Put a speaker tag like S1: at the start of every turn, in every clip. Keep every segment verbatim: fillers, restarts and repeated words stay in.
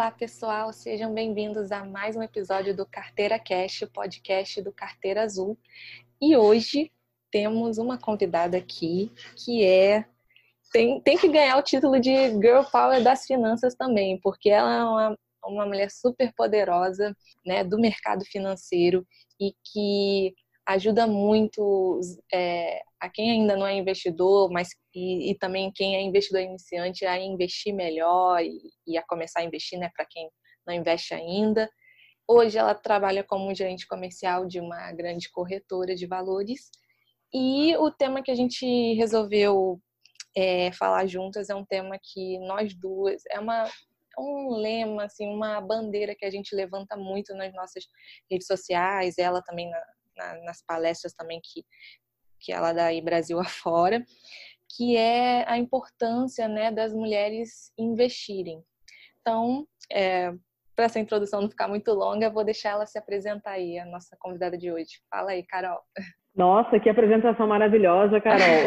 S1: Olá, pessoal, sejam bem-vindos a mais um episódio do Carteira Cash, o podcast do Carteira Azul. E hoje temos uma convidada aqui que é tem, tem que ganhar o título de Girl Power das finanças também, porque ela é uma, uma mulher super poderosa, né, do mercado financeiro e que ajuda muito é, a quem ainda não é investidor, mas e, e também quem é investidor iniciante a investir melhor e, e a começar a investir, né, para quem não investe ainda. Hoje ela trabalha como gerente comercial de uma grande corretora de valores e o tema que a gente resolveu é, falar juntas é um tema que nós duas, é uma, um lema, assim, uma bandeira que a gente levanta muito nas nossas redes sociais, ela também na, na, nas palestras também que, que ela dá aí Brasil afora, que é a importância, né, das mulheres investirem. Então, é, para essa introdução não ficar muito longa, eu vou deixar ela se apresentar aí, a nossa convidada de hoje. Fala aí, Carol.
S2: Nossa, que apresentação maravilhosa, Carol.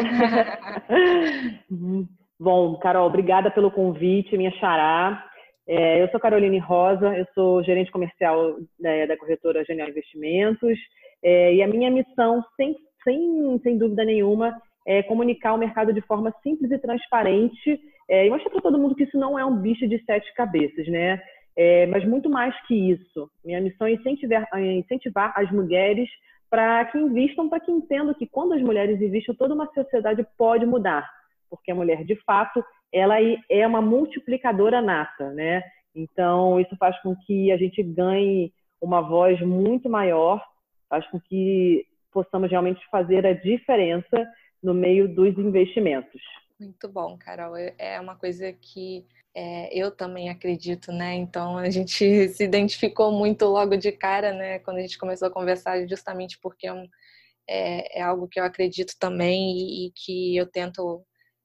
S2: Bom, Carol, obrigada pelo convite, minha xará. É, eu sou Caroline Rosa, eu sou gerente comercial da, da corretora Genial Investimentos, é, e a minha missão, sem, sem, sem dúvida nenhuma, é comunicar o mercado de forma simples e transparente, é, e mostrar para todo mundo que isso não é um bicho de sete cabeças, né? É, mas muito mais que isso. Minha missão é incentivar, incentivar as mulheres para que invistam, para que entendam que quando as mulheres investem, toda uma sociedade pode mudar, porque a mulher, de fato, ela é uma multiplicadora nata, né? Então, isso faz com que a gente ganhe uma voz muito maior, faz com que possamos realmente fazer a diferença no meio dos investimentos.
S1: Muito bom, Carol. É uma coisa que é, eu também acredito, né? Então, a gente se identificou muito logo de cara, né? Quando a gente começou a conversar, justamente porque é, um, é, é algo que eu acredito também e, e que eu tento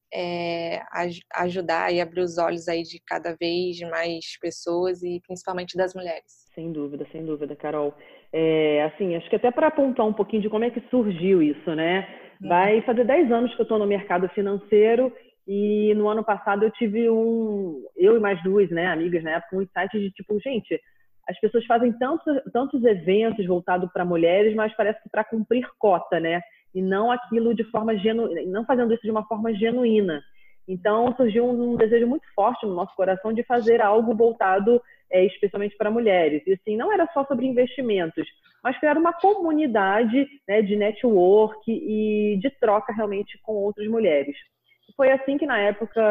S1: é, aj- ajudar e abrir os olhos aí de cada vez mais pessoas e principalmente das mulheres.
S2: Sem dúvida, sem dúvida, Carol. É, assim, acho que até para apontar um pouquinho de como é que surgiu isso, né? Vai fazer dez anos que eu estou no mercado financeiro e no ano passado eu tive um, eu e mais duas, né, amigas na época, um insight de tipo, gente, as pessoas fazem tantos, tantos eventos voltados para mulheres, mas parece que para cumprir cota, né? E não aquilo de forma genuína, não fazendo isso de uma forma genuína. Então surgiu um, um desejo muito forte no nosso coração de fazer algo voltado é, especialmente para mulheres. E assim, não era só sobre investimentos, mas criar uma comunidade, né, de network e de troca realmente com outras mulheres. Foi assim que, na época,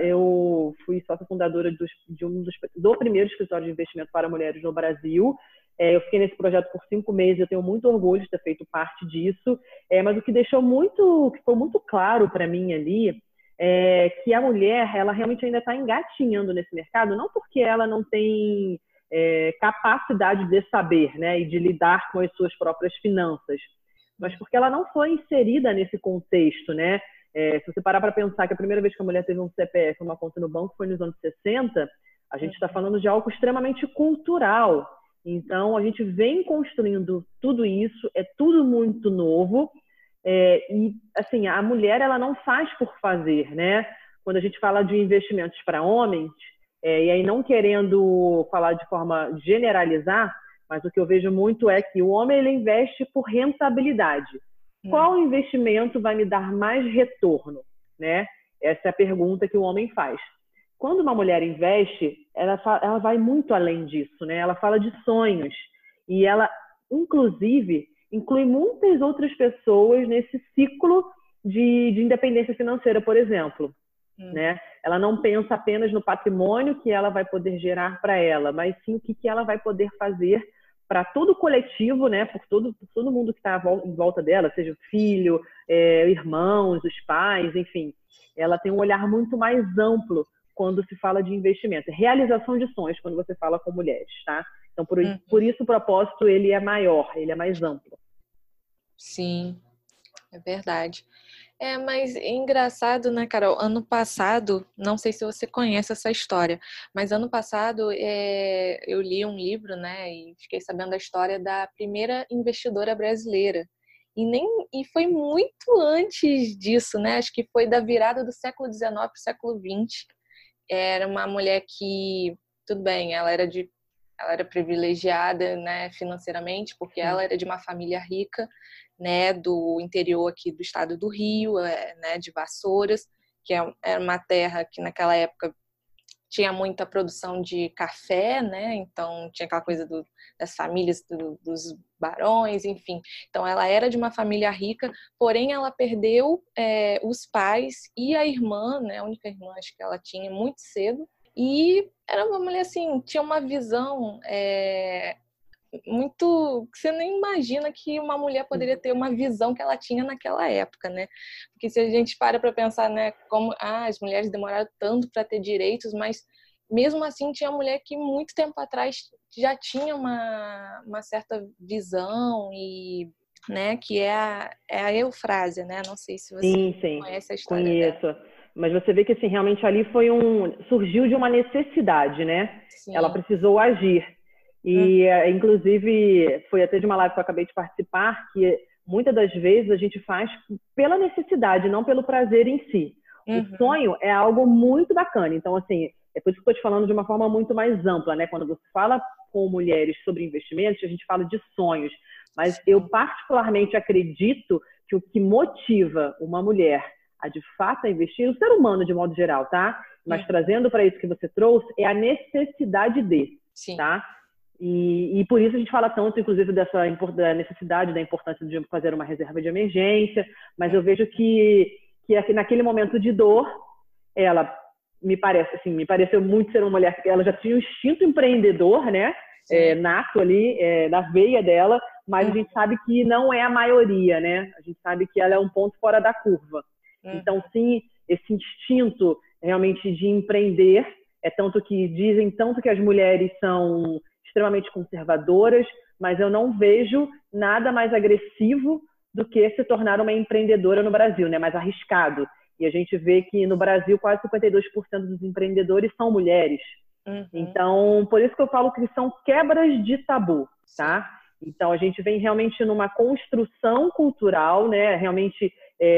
S2: eu fui sócia fundadora dos, de um dos, do primeiro escritório de investimento para mulheres no Brasil. É, eu fiquei nesse projeto por cinco meses, eu tenho muito orgulho de ter feito parte disso, é, mas o que deixou muito, que ficou muito claro para mim ali, é que a mulher, ela realmente ainda está engatinhando nesse mercado, não porque ela não tem é, capacidade de saber, né, e de lidar com as suas próprias finanças, mas porque ela não foi inserida nesse contexto, né? É, se você parar para pensar que a primeira vez que a mulher teve um C P F, uma conta no banco, foi nos anos sessenta, a gente está falando de algo extremamente cultural. Então, a gente vem construindo tudo isso, é tudo muito novo. É, e, assim, a mulher, ela não faz por fazer, né? Quando a gente fala de investimentos para homens, é, e aí não querendo falar de forma generalizar, mas o que eu vejo muito é que o homem, ele investe por rentabilidade. Qual investimento vai me dar mais retorno, né? Essa é a pergunta que o homem faz. Quando uma mulher investe, ela, fala, ela vai muito além disso, né? Ela fala de sonhos e ela, inclusive, inclui muitas outras pessoas nesse ciclo de, de independência financeira, por exemplo. Hum. Né? Ela não pensa apenas no patrimônio que ela vai poder gerar para ela, mas sim o que, que ela vai poder fazer para todo o coletivo, né? Por todo, por todo mundo que está em volta dela, seja o filho, é, irmãos, os pais, enfim. Ela tem um olhar muito mais amplo quando se fala de investimento. Realização de sonhos, quando você fala com mulheres, tá? Então, por, uhum. por isso o propósito, ele é maior, ele é mais amplo.
S1: Sim, é verdade. É, mas é engraçado, né, Carol? Ano passado, não sei se você conhece essa história, mas ano passado é, eu li um livro, né, e fiquei sabendo da história da primeira investidora brasileira. E, nem, e foi muito antes disso, né? Acho que foi da virada do século dezenove para o século vinte. Era uma mulher que tudo bem, ela era de ela era privilegiada, né, financeiramente, porque
S2: Sim.
S1: ela era de uma família rica, né, do interior aqui do estado do Rio, né, de Vassouras, que é uma terra que naquela época tinha muita produção de café, né? Então tinha aquela coisa do, das famílias, do, dos barões, enfim. Então ela era de uma família rica, porém ela perdeu é, os pais e a irmã, né? A única irmã acho que ela tinha muito cedo. E era uma mulher assim, tinha uma visão é, muito... Você nem imagina que uma mulher poderia ter uma visão que ela tinha naquela época, né? Porque se a gente para para pensar, né, como ah, as mulheres demoraram tanto para ter direitos, mas mesmo assim tinha mulher que muito tempo atrás já tinha uma, uma certa visão e, né, que é a, é a Eufrásia, né? Não sei se você
S2: Sim, sim,
S1: conhece a história dela.
S2: conheço. Mas você vê que assim, realmente ali foi um surgiu de uma necessidade, né? Ela
S1: Sim.
S2: precisou agir. E
S1: Uhum.
S2: inclusive foi até de uma live que eu acabei de participar que muitas das vezes a gente faz pela necessidade, não pelo prazer em si. O
S1: Uhum.
S2: sonho é algo muito bacana. Então assim, é por isso que eu estou te falando de uma forma muito mais ampla, né? Quando você fala com mulheres sobre investimentos, a gente fala de sonhos. Mas eu particularmente acredito que o que motiva uma mulher a de fato a investir, o ser humano de modo geral, tá? Mas
S1: Uhum.
S2: trazendo para isso que você trouxe, é a necessidade de,
S1: Sim.
S2: tá? E, e por isso a gente fala tanto, inclusive, dessa da necessidade, da importância de fazer uma reserva de emergência, mas eu vejo que, que aqui, naquele momento de dor, ela me parece, assim, me pareceu muito ser uma mulher que ela já tinha um instinto empreendedor, né? É, nato ali, é, na veia dela, mas
S1: Uhum.
S2: a gente sabe que não é a maioria, né? A gente sabe que ela é um ponto fora da curva.
S1: Uhum.
S2: Então, sim, esse instinto realmente de empreender, é tanto que dizem tanto que as mulheres são extremamente conservadoras, mas eu não vejo nada mais agressivo do que se tornar uma empreendedora no Brasil, né? Mais arriscado. E a gente vê que no Brasil quase cinquenta e dois por cento dos empreendedores são mulheres.
S1: Uhum.
S2: Então, por isso que eu falo que são quebras de tabu, tá? Então, a gente vem realmente numa construção cultural, né? Realmente,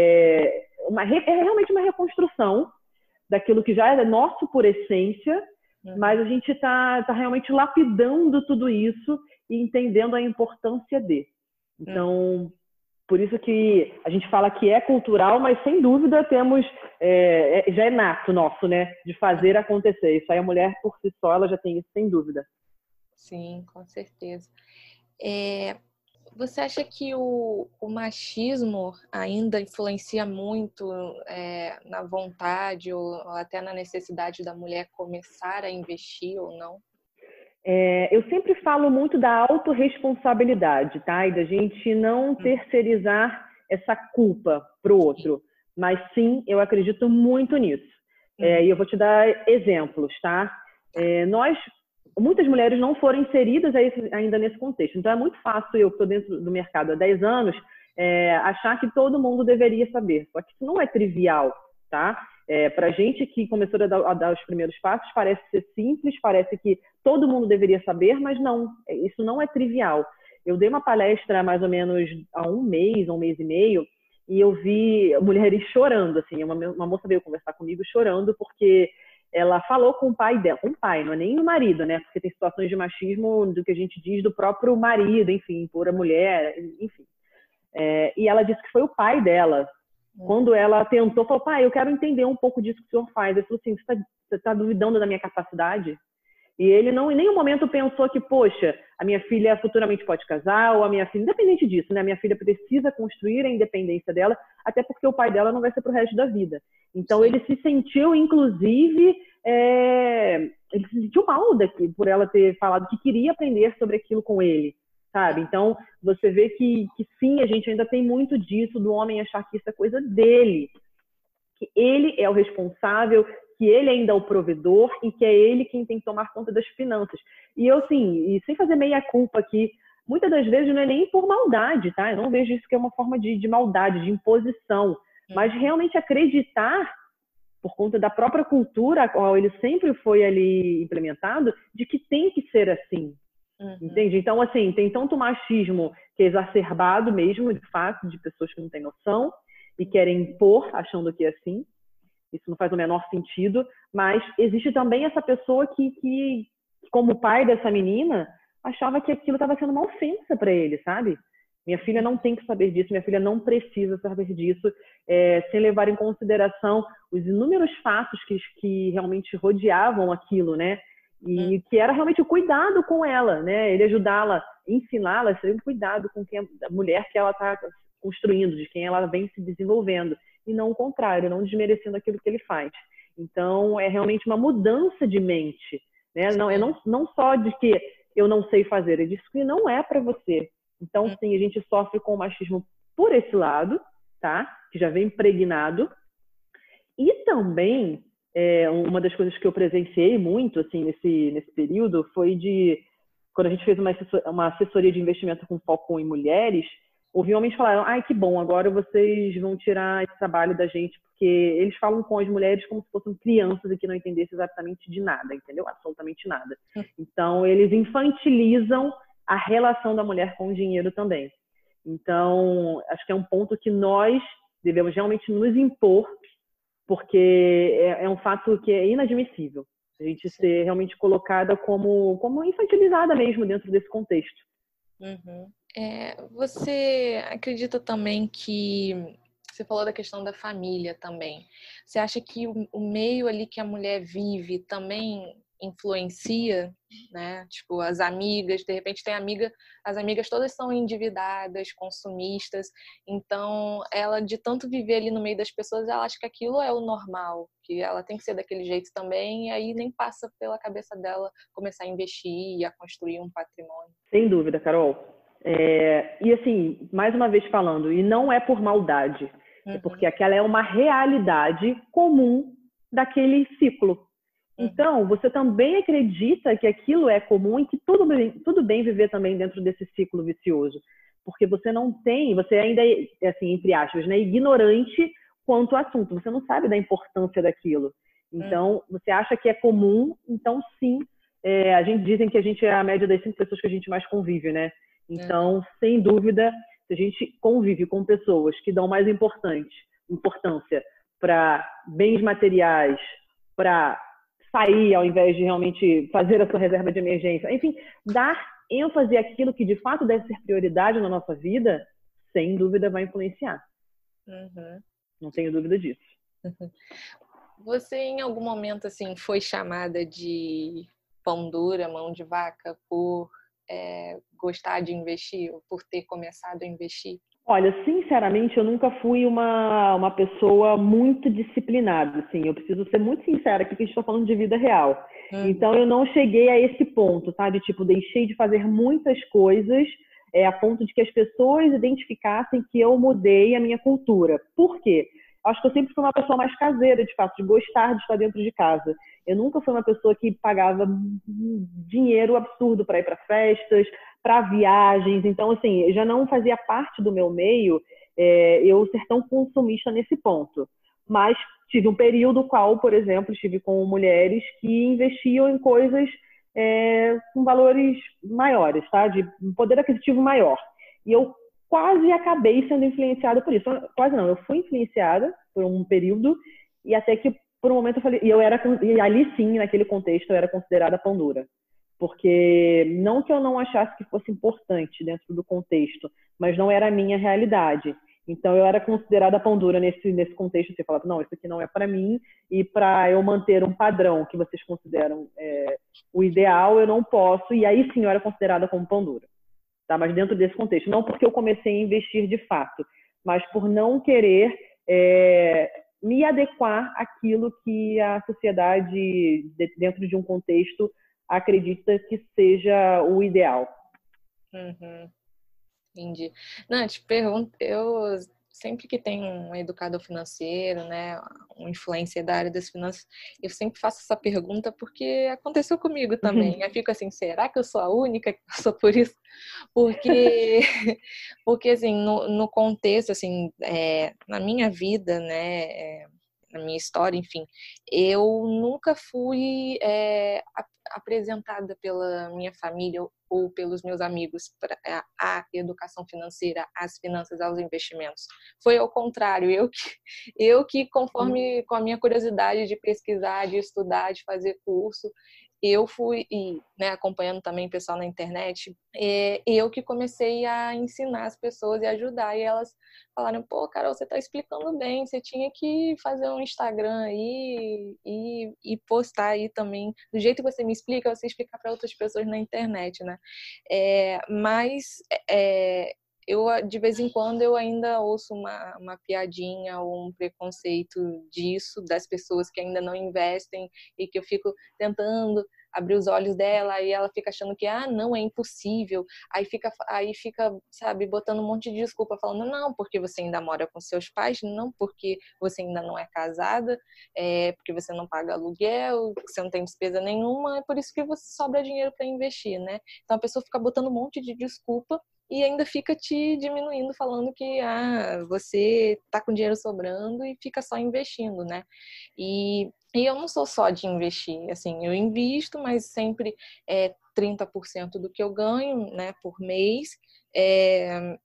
S2: é, uma, é realmente uma reconstrução daquilo que já é nosso por essência, uhum. mas a gente está tá realmente lapidando tudo isso e entendendo a importância de. Então, uhum. por isso que a gente fala que é cultural, mas sem dúvida temos, é, é, já é nato nosso, né? De fazer acontecer. Isso aí a mulher por si só, ela já tem isso, sem dúvida.
S1: Sim, com certeza. É, você acha que o, o machismo ainda influencia muito é, na vontade ou, ou até na necessidade da mulher começar a investir ou não?
S2: É, eu sempre falo muito da autorresponsabilidade, tá? E da gente não terceirizar essa culpa para o outro. Mas sim, eu acredito muito nisso. É, e eu vou te dar exemplos, tá? É, nós, muitas mulheres não foram inseridas ainda nesse contexto. Então é muito fácil, eu que estou dentro do mercado há dez anos, é, achar que todo mundo deveria saber. Só que isso não é trivial, tá? É, para a gente que começou a dar, a dar os primeiros passos, parece ser simples, parece que todo mundo deveria saber, mas não, isso não é trivial. Eu dei uma palestra há mais ou menos há um mês, um mês e meio, e eu vi mulheres chorando, assim, uma, uma moça veio conversar comigo chorando porque ela falou com o pai dela, com o pai, não é nem o marido, né? Porque tem situações de machismo do que a gente diz do próprio marido, enfim, por a mulher, enfim. É, e ela disse que foi o pai dela. Quando ela tentou, falou, pai, eu quero entender um pouco disso que o senhor faz. Ele falou assim, você está tá duvidando da minha capacidade? E ele não, em nenhum momento pensou que, poxa, a minha filha futuramente pode casar, ou a minha filha, independente disso, né? A minha filha precisa construir a independência dela, até porque o pai dela não vai ser pro resto da vida. Então, Sim. ele se sentiu, inclusive, é... ele se sentiu mal daqui, por ela ter falado que queria aprender sobre aquilo com ele. Sabe? Então, você vê que, que sim, a gente ainda tem muito disso, do homem achar que isso é coisa dele, que ele é o responsável, que ele ainda é o provedor e que é ele quem tem que tomar conta das finanças. E eu, assim, e sem fazer meia culpa aqui, muitas das vezes não é nem por maldade, tá? Eu não vejo isso que é uma forma de, de maldade, de imposição, mas realmente acreditar, por conta da própria cultura a qual ele sempre foi ali implementado, de que tem que ser assim. Uhum. Entende? Então, assim, tem tanto machismo que é exacerbado mesmo, de fato, de pessoas que não têm noção e querem impor, achando que é assim. Isso não faz o menor sentido. Mas existe também essa pessoa que, que como pai dessa menina, achava que aquilo estava sendo uma ofensa para ele, sabe? Minha filha não tem que saber disso, minha filha não precisa saber disso, é, sem levar em consideração os inúmeros fatos que, que realmente rodeavam aquilo, né? E que era realmente o cuidado com ela, né? Ele ajudá-la, ensiná-la, ser um cuidado com quem, a mulher que ela está construindo, de quem ela vem se desenvolvendo, e não o contrário, não desmerecendo aquilo que ele faz. Então, é realmente uma mudança de mente, né? Não, é não, não só de que eu não sei fazer, é disso que não é para você. Então, sim, a gente sofre com o machismo por esse lado, tá? Que já vem impregnado. E também, é, uma das coisas que eu presenciei muito, assim, nesse, nesse período, foi de... Quando a gente fez uma assessoria, uma assessoria de investimento com foco em mulheres, ouvi homens falaram, ai, que bom, agora vocês vão tirar esse trabalho da gente, porque eles falam com as mulheres como se fossem crianças e que não entendessem exatamente de nada, entendeu? Absolutamente nada. Então, eles infantilizam a relação da mulher com o dinheiro também. Então, acho que é um ponto que nós devemos realmente nos impor, porque é, é um fato que é inadmissível. A gente Sim. ser realmente colocada como, como infantilizada mesmo dentro desse contexto.
S1: Uhum. É, você acredita também que... Você falou da questão da família também. Você acha que o, o meio ali que a mulher vive também influencia, né? Tipo, as amigas, de repente tem amiga, as amigas todas são endividadas, consumistas, então ela, de tanto viver ali no meio das pessoas, ela acha que aquilo é o normal, que ela tem que ser daquele jeito também, e aí nem passa pela cabeça dela começar a investir e a construir um patrimônio.
S2: Sem dúvida, Carol. É, e assim, mais uma vez falando, e não é por maldade, uhum. é porque aquela é uma realidade comum daquele ciclo. Então, você também acredita que aquilo é comum e que tudo bem, tudo bem viver também dentro desse ciclo vicioso. Porque você não tem, você ainda é, assim, entre aspas, né, ignorante quanto ao assunto. Você não sabe da importância daquilo. Então, você acha que é comum, então sim. É, a gente dizem que a gente é a média das cinco pessoas que a gente mais convive, né? Então, sem dúvida, se a gente convive com pessoas que dão mais importante, importância para bens materiais, para sair ao invés de realmente fazer a sua reserva de emergência. Enfim, dar ênfase àquilo que de fato deve ser prioridade na nossa vida, sem dúvida vai influenciar.
S1: Uhum.
S2: Não tenho dúvida disso.
S1: Uhum. Você em algum momento assim foi chamada de pão dura, mão de vaca, por é, gostar de investir, ou por ter começado a investir?
S2: Olha, sinceramente, eu nunca fui uma, uma pessoa muito disciplinada, assim. Eu preciso ser muito sincera aqui, que a gente está falando de vida real. Uhum. Então, eu não cheguei a esse ponto, tá? De, tipo, deixei de fazer muitas coisas é, a ponto de que as pessoas identificassem que eu mudei a minha cultura. Por quê? Acho que eu sempre fui uma pessoa mais caseira, de fato, de gostar de estar dentro de casa. Eu nunca fui uma pessoa que pagava dinheiro absurdo para ir para festas, para viagens. Então, assim, já não fazia parte do meu meio é, eu ser tão consumista nesse ponto. Mas tive um período qual, por exemplo, estive com mulheres que investiam em coisas é, com valores maiores, tá? De um poder aquisitivo maior. E eu quase acabei sendo influenciada por isso. Quase não, eu fui influenciada por um período e até que por um momento eu falei, e eu era, e ali sim, naquele contexto, eu era considerada pão dura. Porque não que eu não achasse que fosse importante dentro do contexto, mas não era a minha realidade. Então eu era considerada pão dura nesse, nesse contexto. Você falava, não, isso aqui não é para mim, e para eu manter um padrão que vocês consideram é, o ideal, eu não posso, e aí sim eu era considerada como pão dura. Tá? Mas dentro desse contexto, não porque eu comecei a investir de fato, mas por não querer é, me adequar àquilo que a sociedade, dentro de um contexto, acredita que seja o ideal.
S1: Uhum. Entendi. Não, eu te pergunto, eu sempre que tem um educador financeiro, né, um influencer da área das finanças, eu sempre faço essa pergunta porque aconteceu comigo também. Eu fico assim, será que eu sou a única que passou por isso? Porque, porque assim, no, no contexto, assim, é, na minha vida, né, é, na minha história, enfim, eu nunca fui é, apresentada pela minha família ou pelos meus amigos para a educação financeira, as finanças, aos investimentos. Foi ao contrário, eu que, eu que conforme com a minha curiosidade de pesquisar, de estudar, de fazer curso, eu fui, e né, acompanhando também o pessoal na internet, é, eu que comecei a ensinar as pessoas e ajudar, e elas falaram, pô, Carol, você tá explicando bem, você tinha que fazer um Instagram aí e, e postar aí também, do jeito que você me explica, você explicar para outras pessoas na internet, né? É, mas é, eu, de vez em quando, eu ainda ouço uma, uma piadinha ou um preconceito disso, das pessoas que ainda não investem e que eu fico tentando abrir os olhos dela e ela fica achando que, ah, não, é impossível. Aí fica, aí fica, sabe, botando um monte de desculpa, falando, não, porque você ainda mora com seus pais, não porque você ainda não é casada, é porque você não paga aluguel, você não tem despesa nenhuma, é por isso que você sobra dinheiro para investir, né? Então a pessoa fica botando um monte de desculpa e ainda fica te diminuindo, falando que ah, você tá com dinheiro sobrando e fica só investindo, né? E, e eu não sou só de investir, assim, eu invisto, mas sempre é trinta por cento do que eu ganho, né, por mês, é,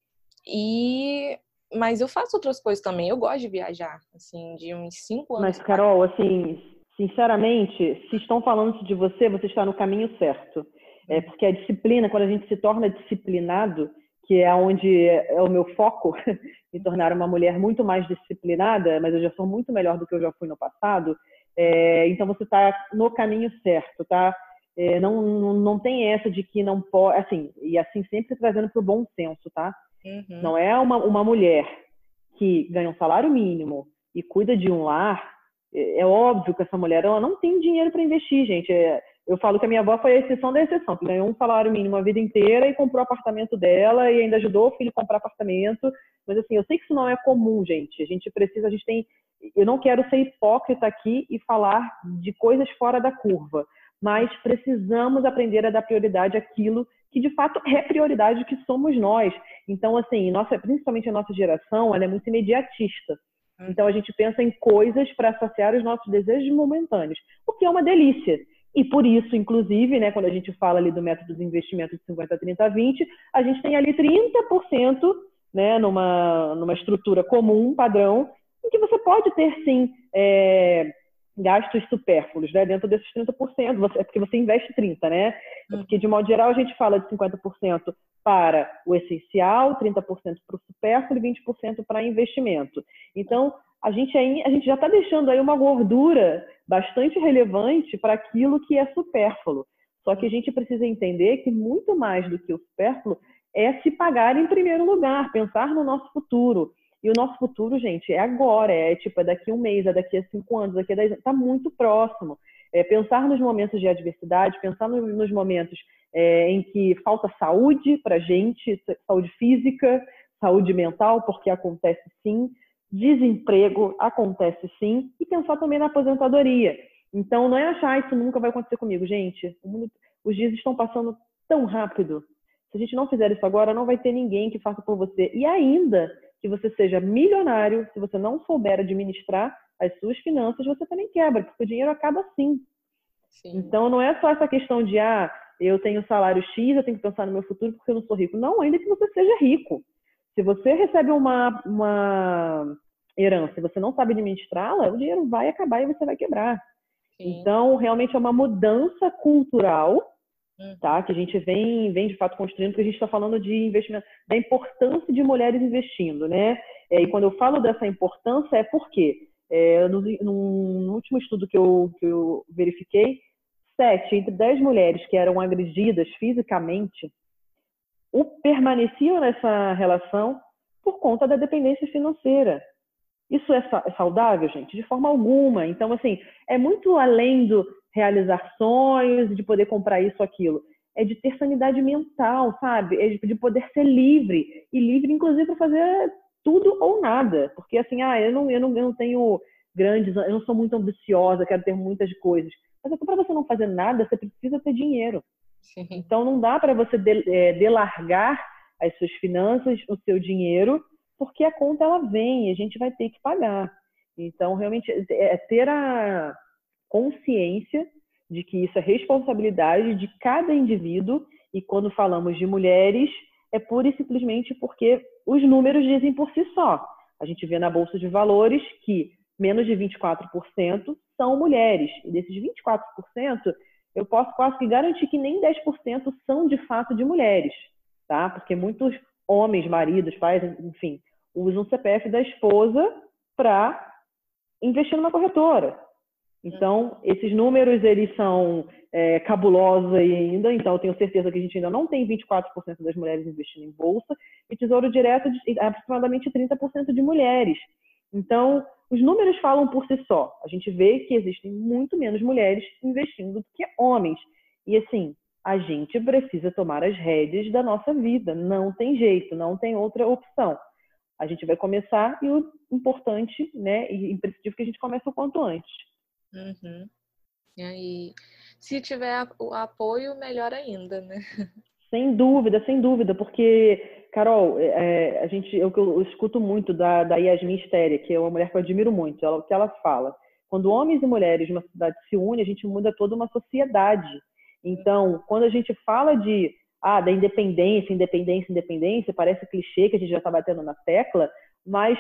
S1: e... mas eu faço outras coisas também, eu gosto de viajar, assim, de uns cinco anos.
S2: Mas, Carol, assim, sinceramente, se estão falando isso de você, você está no caminho certo. É porque a disciplina, quando a gente se torna disciplinado, que é onde é o meu foco, me tornar uma mulher muito mais disciplinada, mas eu já sou muito melhor do que eu já fui no passado, é, então você está no caminho certo, tá? É, não, não, não tem essa de que não pode, assim, e assim sempre trazendo para o bom senso, tá?
S1: Uhum.
S2: Não é uma, uma mulher que ganha um salário mínimo e cuida de um lar, é, é óbvio que essa mulher ela não tem dinheiro para investir, gente. É, eu falo que a minha avó foi a exceção da exceção, que ganhou um salário mínimo a vida inteira e comprou o apartamento dela e ainda ajudou o filho a comprar apartamento. Mas assim, eu sei que isso não é comum, gente. A gente precisa, a gente tem... Eu não quero ser hipócrita aqui e falar de coisas fora da curva, mas precisamos aprender a dar prioridade àquilo que de fato é prioridade, que somos nós. Então, assim, nossa, principalmente a nossa geração, ela é muito imediatista. Então, a gente pensa em coisas para saciar os nossos desejos momentâneos, o que é uma delícia. E por isso, inclusive, né, quando a gente fala ali do método de investimento de cinquenta, trinta, vinte, a gente tem ali trinta por cento, né, numa, numa estrutura comum, padrão, em que você pode ter, sim, é, gastos supérfluos, né, dentro desses trinta por cento. Você, é porque você investe trinta por cento, né? É porque, de modo geral, a gente fala de cinquenta por cento para o essencial, trinta por cento para o supérfluo e vinte por cento para investimento. Então, a gente, aí, a gente já está deixando aí uma gordura bastante relevante para aquilo que é supérfluo. Só que a gente precisa entender que muito mais do que o supérfluo é se pagar em primeiro lugar, pensar no nosso futuro. E o nosso futuro, gente, é agora, é tipo, é daqui a um mês, é daqui a cinco anos, daqui a dez anos, está muito próximo. É pensar nos momentos de adversidade, pensar no, nos momentos é, em que falta saúde para a gente, saúde física, saúde mental, porque acontece sim, desemprego acontece sim, e pensar também na aposentadoria. Então, não é achar, isso nunca vai acontecer comigo, gente. O mundo, os dias estão passando tão rápido. Se a gente não fizer isso agora, não vai ter ninguém que faça por você. E ainda que você seja milionário, se você não souber administrar as suas finanças, você também quebra, porque o dinheiro acaba assim. Sim. Então, não é só essa questão de, ah, eu tenho salário X, eu tenho que pensar no meu futuro porque eu não sou rico. Não, ainda que você seja rico. Se você recebe uma, uma herança e você não sabe administrá-la, o dinheiro vai acabar e você vai quebrar. Sim. Então, realmente é uma mudança cultural, hum. tá? Que a gente vem, vem de fato construindo, porque a gente está falando de investimento, da importância de mulheres investindo, né? É, e quando eu falo dessa importância é porque, é, no, no último estudo que eu, que eu verifiquei, sete entre dez mulheres que eram agredidas fisicamente o permaneciam nessa relação por conta da dependência financeira. Isso é saudável, gente? De forma alguma. Então, assim, é muito além do realizar sonhos, de poder comprar isso ou aquilo. É de ter sanidade mental, sabe? É de poder ser livre. E livre, inclusive, para fazer tudo ou nada. Porque, assim, ah, eu não, eu não, eu não tenho grandes... Eu não sou muito ambiciosa, quero ter muitas coisas. Mas para você não fazer nada, você precisa ter dinheiro. Sim. Então, não dá para você delargar as suas finanças, o seu dinheiro, porque a conta ela vem e a gente vai ter que pagar. Então, realmente, é ter a consciência de que isso é responsabilidade de cada indivíduo, e quando falamos de mulheres, é pura e simplesmente porque os números dizem por si só. A gente vê na Bolsa de Valores que menos de vinte e quatro por cento são mulheres, e desses vinte e quatro por cento, eu posso quase que garantir que nem dez por cento são de fato de mulheres, tá? Porque muitos homens, maridos, pais, enfim, usam o C P F da esposa para investir numa corretora. Então, esses números, eles são é, cabulosos ainda, então eu tenho certeza que a gente ainda não tem vinte e quatro por cento das mulheres investindo em bolsa, e Tesouro Direto de aproximadamente trinta por cento de mulheres. Então, os números falam por si só. A gente vê que existem muito menos mulheres investindo do que homens. E assim, a gente precisa tomar as rédeas da nossa vida. Não tem jeito, não tem outra opção. A gente vai começar e o importante, né, e imprescindível que a gente comece o quanto antes.
S1: Uhum. E aí, se tiver o apoio, melhor ainda, né?
S2: Sem dúvida, sem dúvida, porque, Carol, é, a gente, eu, eu escuto muito da, da Yasmin Stéria, que é uma mulher que eu admiro muito, ela, o que ela fala. Quando homens e mulheres de uma cidade se unem, a gente muda toda uma sociedade. Então, quando a gente fala de ah, da independência, independência, independência, parece clichê que a gente já está batendo na tecla, mas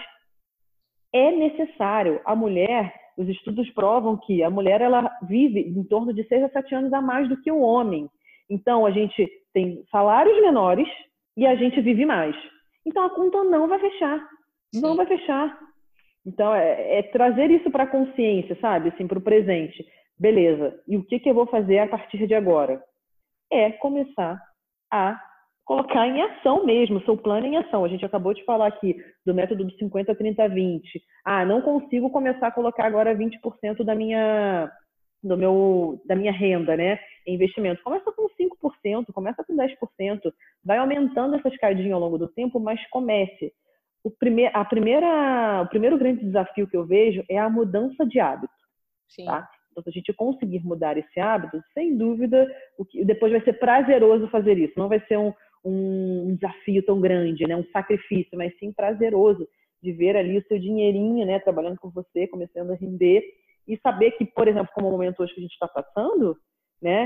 S2: é necessário. A mulher, os estudos provam que a mulher ela vive em torno de seis a sete anos a mais do que o homem. Então, a gente tem salários menores e a gente vive mais. Então, a conta não vai fechar. Não Sim. vai fechar. Então, é, é trazer isso para a consciência, sabe? Assim, para o presente. Beleza. E o que, que eu vou fazer a partir de agora? É começar a colocar em ação mesmo, o seu plano em ação. A gente acabou de falar aqui do método do cinquenta, trinta, vinte. Ah, não consigo começar a colocar agora vinte por cento da minha, do meu, da minha renda, né? Em investimento. Começa com cinco por cento, começa com dez por cento. Vai aumentando essa escadinha ao longo do tempo, mas comece. O, primeir, a primeira, o primeiro grande desafio que eu vejo é a mudança de hábito. Sim. Tá? Então, se a gente conseguir mudar esse hábito, sem dúvida, o que, depois vai ser prazeroso fazer isso. Não vai ser um, um desafio tão grande, né? Um sacrifício, mas sim prazeroso de ver ali o seu dinheirinho, né? Trabalhando com você, começando a render. E saber que, por exemplo, como o momento hoje que a gente está passando, né?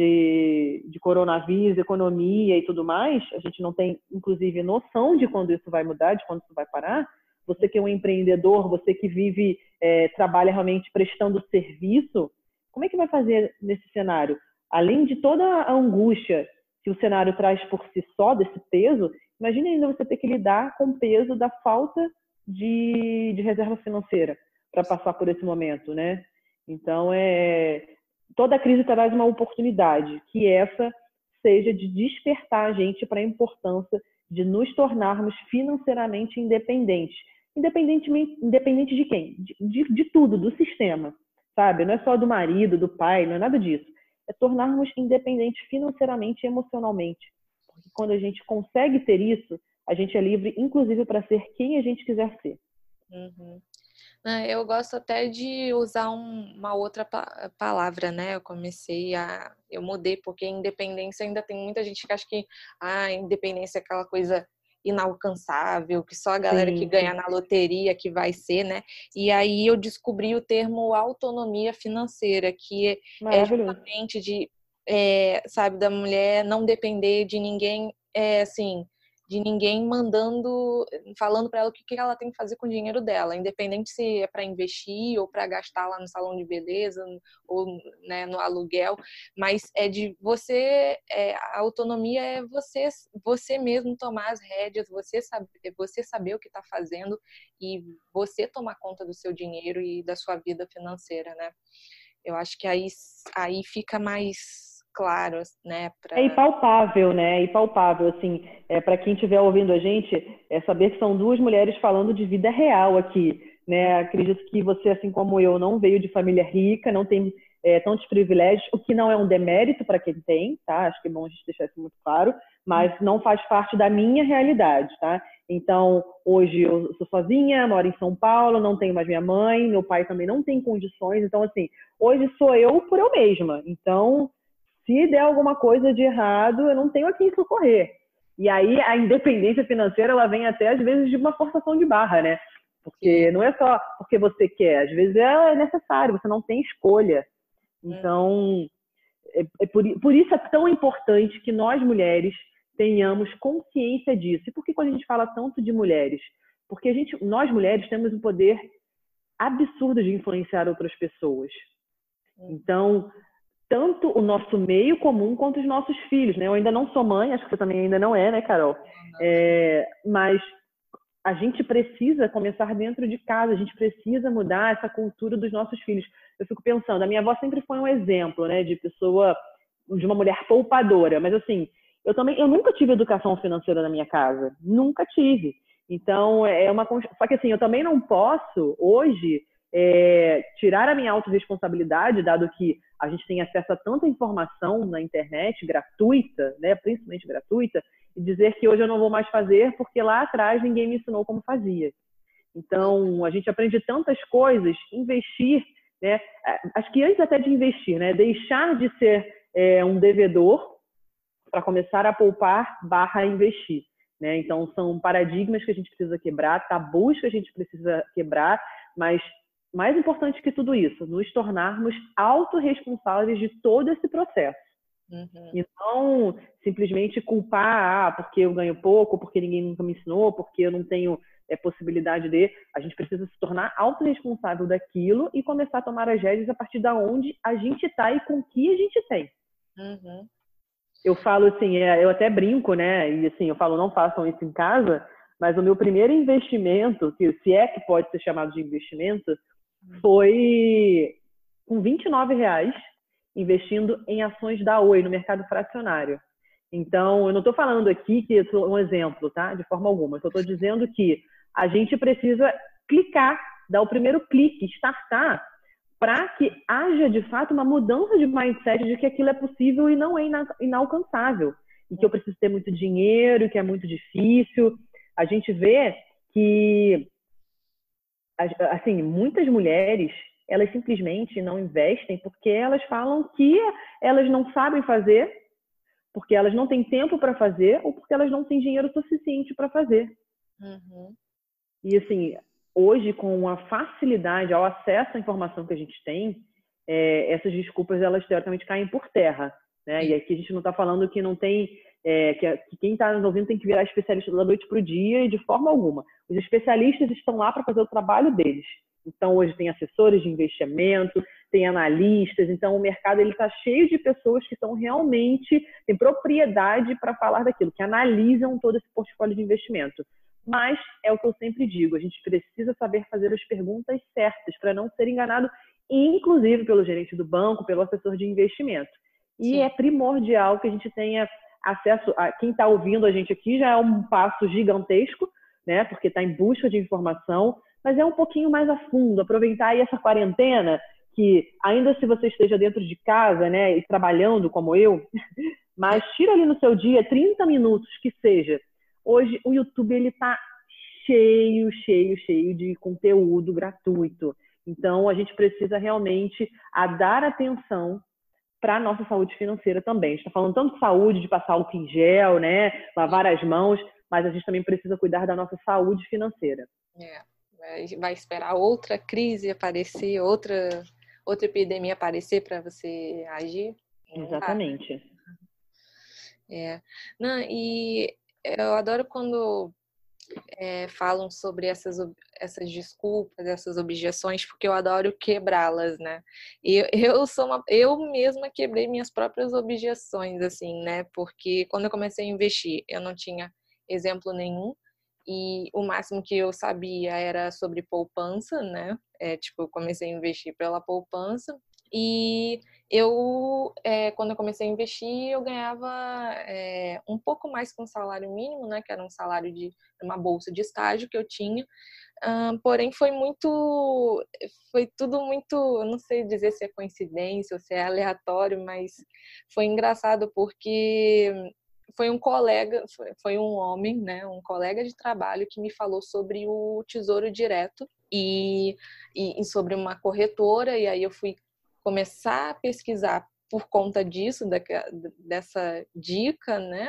S2: De, de coronavírus, economia e tudo mais, a gente não tem, inclusive, noção de quando isso vai mudar, de quando isso vai parar. Você que é um empreendedor, você que vive, é, trabalha realmente prestando serviço, como é que vai fazer nesse cenário? Além de toda a angústia que o cenário traz por si só, desse peso, imagine ainda você ter que lidar com o peso da falta de, de reserva financeira para passar por esse momento, né? Então, é, toda crise traz uma oportunidade, que essa seja de despertar a gente para a importância de nos tornarmos financeiramente independentes. Independentemente, independente de quem? De, de, de tudo, do sistema, sabe? Não é só do marido, do pai, não é nada disso. É tornarmos independentes financeiramente e emocionalmente. Porque quando a gente consegue ter isso, a gente é livre, inclusive, para ser quem a gente quiser ser.
S1: Uhum. Eu gosto até de usar um, uma outra pa- palavra, né? Eu comecei a... Eu mudei, porque independência ainda tem muita gente que acha que a independência é aquela coisa inalcançável, que só a galera
S2: Sim,
S1: que ganha
S2: sim.
S1: na loteria que vai ser, né? E aí eu descobri o termo autonomia financeira, que é justamente de, é, sabe, da mulher não depender de ninguém, é, assim... de ninguém mandando, falando para ela o que ela tem que fazer com o dinheiro dela, independente se é para investir ou para gastar lá no salão de beleza ou, né, no aluguel, mas é de você, é, a autonomia é você, você mesmo tomar as rédeas, você saber, você saber o que está fazendo e você tomar conta do seu dinheiro e da sua vida financeira, né? Eu acho que aí, aí fica mais claro, né? Pra...
S2: É impalpável, né? É impalpável, assim, é, para quem estiver ouvindo a gente, é saber que são duas mulheres falando de vida real aqui, né? Acredito que você, assim como eu, não veio de família rica, não tem é, tantos privilégios, o que não é um demérito para quem tem, tá? Acho que é bom a gente deixar isso muito claro, mas não faz parte da minha realidade, tá? Então, hoje eu sou sozinha, moro em São Paulo, não tenho mais minha mãe, meu pai também não tem condições, então, assim, hoje sou eu por eu mesma, então... Se der alguma coisa de errado, eu não tenho a quem socorrer. E aí a independência financeira, ela vem até às vezes de uma forçação de barra, né? Porque não é só porque você quer, às vezes é necessário, você não tem escolha. Então, é, é por, por isso é tão importante que nós mulheres tenhamos consciência disso. E por que quando a gente fala tanto de mulheres? Porque a gente, nós mulheres temos um poder absurdo de influenciar outras pessoas. Então, tanto o nosso meio comum quanto os nossos filhos, né? Eu ainda não sou mãe, acho que você também ainda não é, né, Carol? É, mas a gente precisa começar dentro de casa, a gente precisa mudar essa cultura dos nossos filhos. Eu fico pensando, a minha avó sempre foi um exemplo, né, de pessoa, de uma mulher poupadora, mas assim, eu também, eu nunca tive educação financeira na minha casa, nunca tive. Então, é uma, só que assim, eu também não posso hoje é, tirar a minha autorresponsabilidade, dado que a gente tem acesso a tanta informação na internet gratuita, né, principalmente gratuita, e dizer que hoje eu não vou mais fazer porque lá atrás ninguém me ensinou como fazia. Então, a gente aprende tantas coisas, investir, né? Acho que antes até de investir, né? Deixar de ser é, um devedor para começar a poupar barra investir, né? Então, são paradigmas que a gente precisa quebrar, tabus que a gente precisa quebrar, mas mais importante que tudo isso, nos tornarmos autorresponsáveis de todo esse processo. Uhum. Então, simplesmente culpar, ah, porque eu ganho pouco, porque ninguém nunca me ensinou, porque eu não tenho é, possibilidade de... A gente precisa se tornar autorresponsável daquilo e começar a tomar as rédeas a partir da onde a gente está e com o que a gente tem.
S1: Uhum.
S2: Eu falo assim, é, eu até brinco, né? E assim, eu falo, não façam isso em casa, mas o meu primeiro investimento, que se é que pode ser chamado de investimento, foi com vinte e nove reais, investindo em ações da Oi, no mercado fracionário. Então, eu não estou falando aqui que eu sou um exemplo, tá? De forma alguma. Eu só estou dizendo que a gente precisa clicar, dar o primeiro clique, startar, para que haja, de fato, uma mudança de mindset de que aquilo é possível e não é inalcançável. E que eu preciso ter muito dinheiro, que é muito difícil. A gente vê que, assim, muitas mulheres, elas simplesmente não investem porque elas falam que elas não sabem fazer, porque elas não têm tempo para fazer ou porque elas não têm dinheiro suficiente para fazer. Uhum. E, assim, hoje, com a facilidade, ao acesso à informação que a gente tem, é, essas desculpas, elas teoricamente caem por terra, né? E aqui a gente não está falando que não tem... É, que, que quem está nos ouvindo tem que virar especialista da noite para o dia e de forma alguma. Os especialistas estão lá para fazer o trabalho deles. Então, hoje tem assessores de investimento, tem analistas. Então, o mercado está cheio de pessoas que são realmente, têm propriedade para falar daquilo, que analisam todo esse portfólio de investimento. Mas é o que eu sempre digo, a gente precisa saber fazer as perguntas certas para não ser enganado, inclusive pelo gerente do banco, pelo assessor de investimento. E Sim. é primordial que a gente tenha acesso a... Quem está ouvindo a gente aqui já é um passo gigantesco, né? Porque está em busca de informação, mas é um pouquinho mais a fundo, aproveitar aí essa quarentena, que ainda se você esteja dentro de casa, né, e trabalhando como eu, mas tira ali no seu dia trinta minutos, que seja. Hoje o YouTube ele está cheio, cheio, cheio de conteúdo gratuito. Então a gente precisa realmente a dar atenção para a nossa saúde financeira também. A gente está falando tanto de saúde, de passar álcool em gel, né, lavar as mãos, mas a gente também precisa cuidar da nossa saúde financeira.
S1: É. Vai esperar outra crise aparecer, outra, outra epidemia aparecer para você agir?
S2: Exatamente.
S1: É. Não, e eu adoro quando é, falam sobre essas, essas desculpas, essas objeções, porque eu adoro quebrá-las, né? E eu, eu sou uma, eu mesma quebrei minhas próprias objeções, assim, né? Porque quando eu comecei a investir, eu não tinha exemplo nenhum. E o máximo que eu sabia era sobre poupança, né? É, tipo, eu comecei a investir pela poupança. E eu, é, quando eu comecei a investir, eu ganhava é, um pouco mais que um salário mínimo, né? Que era um salário de uma bolsa de estágio que eu tinha. Um, porém, foi muito... Foi tudo muito... Eu não sei dizer se é coincidência ou se é aleatório, mas foi engraçado porque... Foi um colega, foi um homem, né, um colega de trabalho que me falou sobre o Tesouro Direto e, e, e sobre uma corretora, e aí eu fui começar a pesquisar por conta disso, da, dessa dica, né,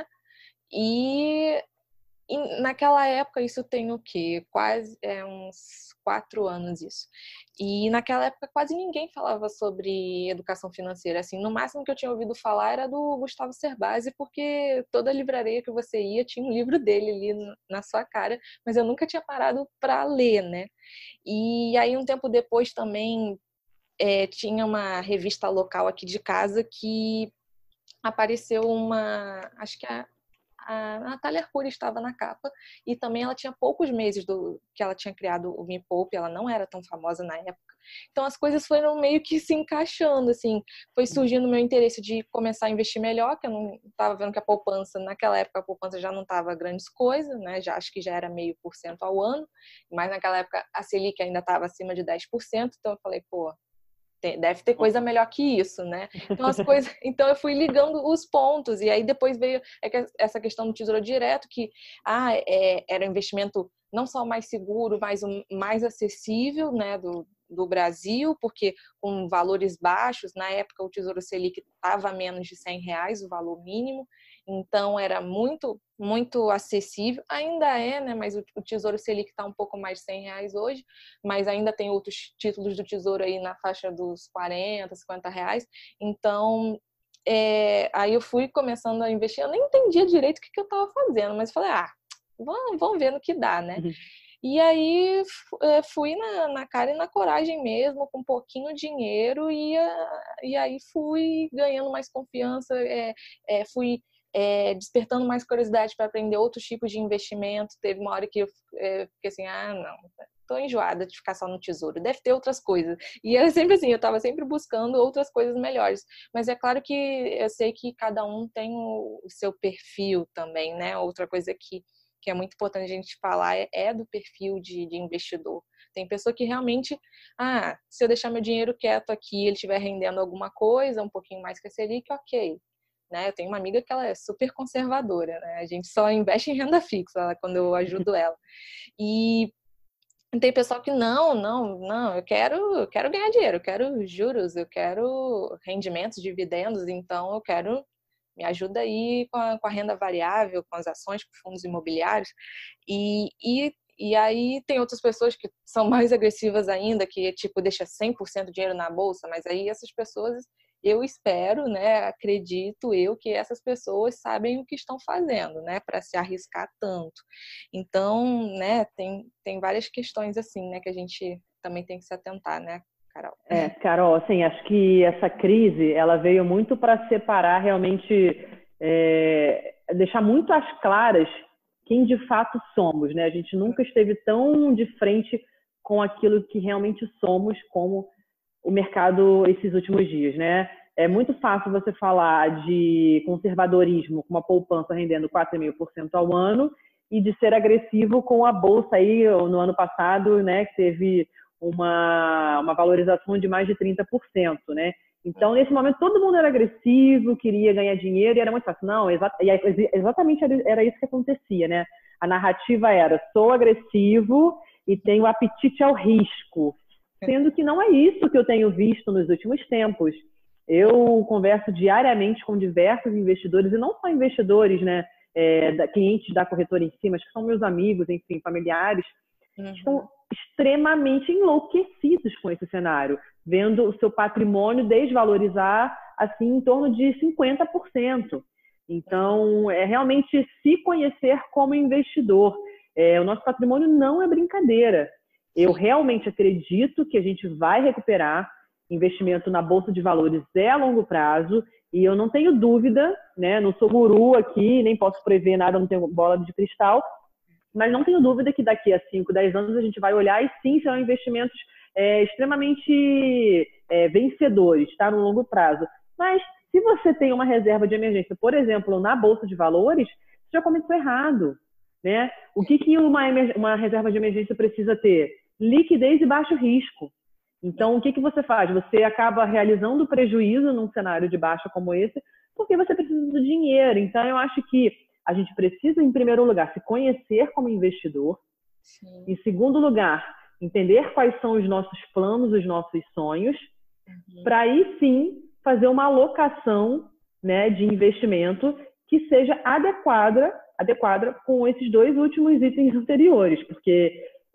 S1: e, e naquela época, isso tem o quê? Quase é, uns quatro anos isso. E naquela época quase ninguém falava sobre educação financeira. Assim, no máximo que eu tinha ouvido falar era do Gustavo Cerbasi, porque toda livraria que você ia tinha um livro dele ali na sua cara, mas eu nunca tinha parado para ler, né? E aí um tempo depois também é, tinha uma revista local aqui de casa que apareceu uma, acho que a, a Natália Arcuri estava na capa, e também ela tinha poucos meses do que ela tinha criado o Me Poupe, ela não era tão famosa na época. Então as coisas foram meio que se encaixando, assim, foi surgindo o meu interesse de começar a investir melhor, que eu não estava vendo que a poupança, naquela época a poupança já não estava grandes coisas, né, já, acho que já era meio por cento ao ano, mas naquela época a Selic ainda estava acima de dez por cento, então eu falei, pô, deve ter coisa melhor que isso, né? Então as coisas, então eu fui ligando os pontos, e aí depois veio essa questão do Tesouro Direto, que ah, é, era um investimento não só mais seguro, mas um, mais acessível, né, do, do Brasil, porque com valores baixos, na época o Tesouro Selic estava a menos de cem reais, o valor mínimo, então era muito, muito acessível, ainda é, né, mas o, o Tesouro Selic está um pouco mais de cem reais hoje, mas ainda tem outros títulos do Tesouro aí na faixa dos quarenta, cinquenta reais, então é, aí eu fui começando a investir, eu nem entendia direito o que, que eu estava fazendo, mas falei, ah, vamos, vamos ver no que dá, né? Uhum. E aí fui na, na cara e na coragem mesmo, com pouquinho dinheiro, e, e aí fui ganhando mais confiança, é, é, fui é, despertando mais curiosidade para aprender outros tipos de investimento. Teve uma hora que eu é, fiquei assim, ah, não, tô enjoada de ficar só no tesouro, deve ter outras coisas. E era sempre assim, eu estava sempre buscando outras coisas melhores. Mas é claro que eu sei que cada um tem o, o seu perfil também, né? Outra coisa que que é muito importante a gente falar, é, é do perfil de, de investidor. Tem pessoa que realmente, ah, se eu deixar meu dinheiro quieto aqui, ele estiver rendendo alguma coisa, um pouquinho mais que a Selic, ok. Né? Eu tenho uma amiga que ela é super conservadora, né? A gente só investe em renda fixa quando eu ajudo ela. E tem pessoal que não, não, não, eu quero, eu quero ganhar dinheiro, eu quero juros, eu quero rendimentos, dividendos, então eu quero... me ajuda aí com a, com a renda variável, com as ações, com fundos imobiliários. E, e, e aí tem outras pessoas que são mais agressivas ainda, que tipo deixa cem por cento do dinheiro na bolsa, mas aí essas pessoas, eu espero, né, acredito eu que essas pessoas sabem o que estão fazendo, né, para se arriscar tanto. Então, né, tem, tem várias questões assim, né, que a gente também tem que se atentar, né, Carol?
S2: É, Carol, assim, acho que essa crise, ela veio muito para separar realmente, é, deixar muito às claras quem de fato somos, né? A gente nunca esteve tão de frente com aquilo que realmente somos como o mercado esses últimos dias, né? É muito fácil você falar de conservadorismo com uma poupança rendendo quatro vírgula cinco por cento ao ano e de ser agressivo com a bolsa aí no ano passado, né, que teve uma, uma valorização de mais de trinta por cento, né? Então, nesse momento, todo mundo era agressivo, queria ganhar dinheiro e era muito fácil. Não, exa exatamente era isso que acontecia, né? A narrativa era, sou agressivo e tenho apetite ao risco, sendo que não é isso que eu tenho visto nos últimos tempos. Eu converso diariamente com diversos investidores, e não só investidores, né? É, da, clientes da corretora em si, mas que são meus amigos, enfim, familiares, uhum. Estão extremamente enlouquecidos com esse cenário, vendo o seu patrimônio desvalorizar assim em torno de cinquenta por cento. Então, é realmente se conhecer como investidor. É, o nosso patrimônio não é brincadeira. Eu realmente acredito que a gente vai recuperar. Investimento na Bolsa de Valores é a longo prazo, e eu não tenho dúvida, né? Não sou guru aqui, nem posso prever nada, não tenho bola de cristal, mas não tenho dúvida que daqui a cinco, dez anos a gente vai olhar e sim, serão investimentos é, extremamente é, vencedores, tá? No longo prazo. Mas se você tem uma reserva de emergência, por exemplo, na Bolsa de Valores, você já começou errado, né? O que, que uma, uma reserva de emergência precisa ter? Liquidez e baixo risco. Então, o que, que você faz? Você acaba realizando prejuízo num cenário de baixa como esse, porque você precisa do dinheiro. Então, eu acho que a gente precisa, em primeiro lugar, se conhecer como investidor. Sim. Em segundo lugar, entender quais são os nossos planos, os nossos sonhos, uhum. Para aí sim fazer uma alocação, né, de investimento que seja adequada, adequada com esses dois últimos itens anteriores, porque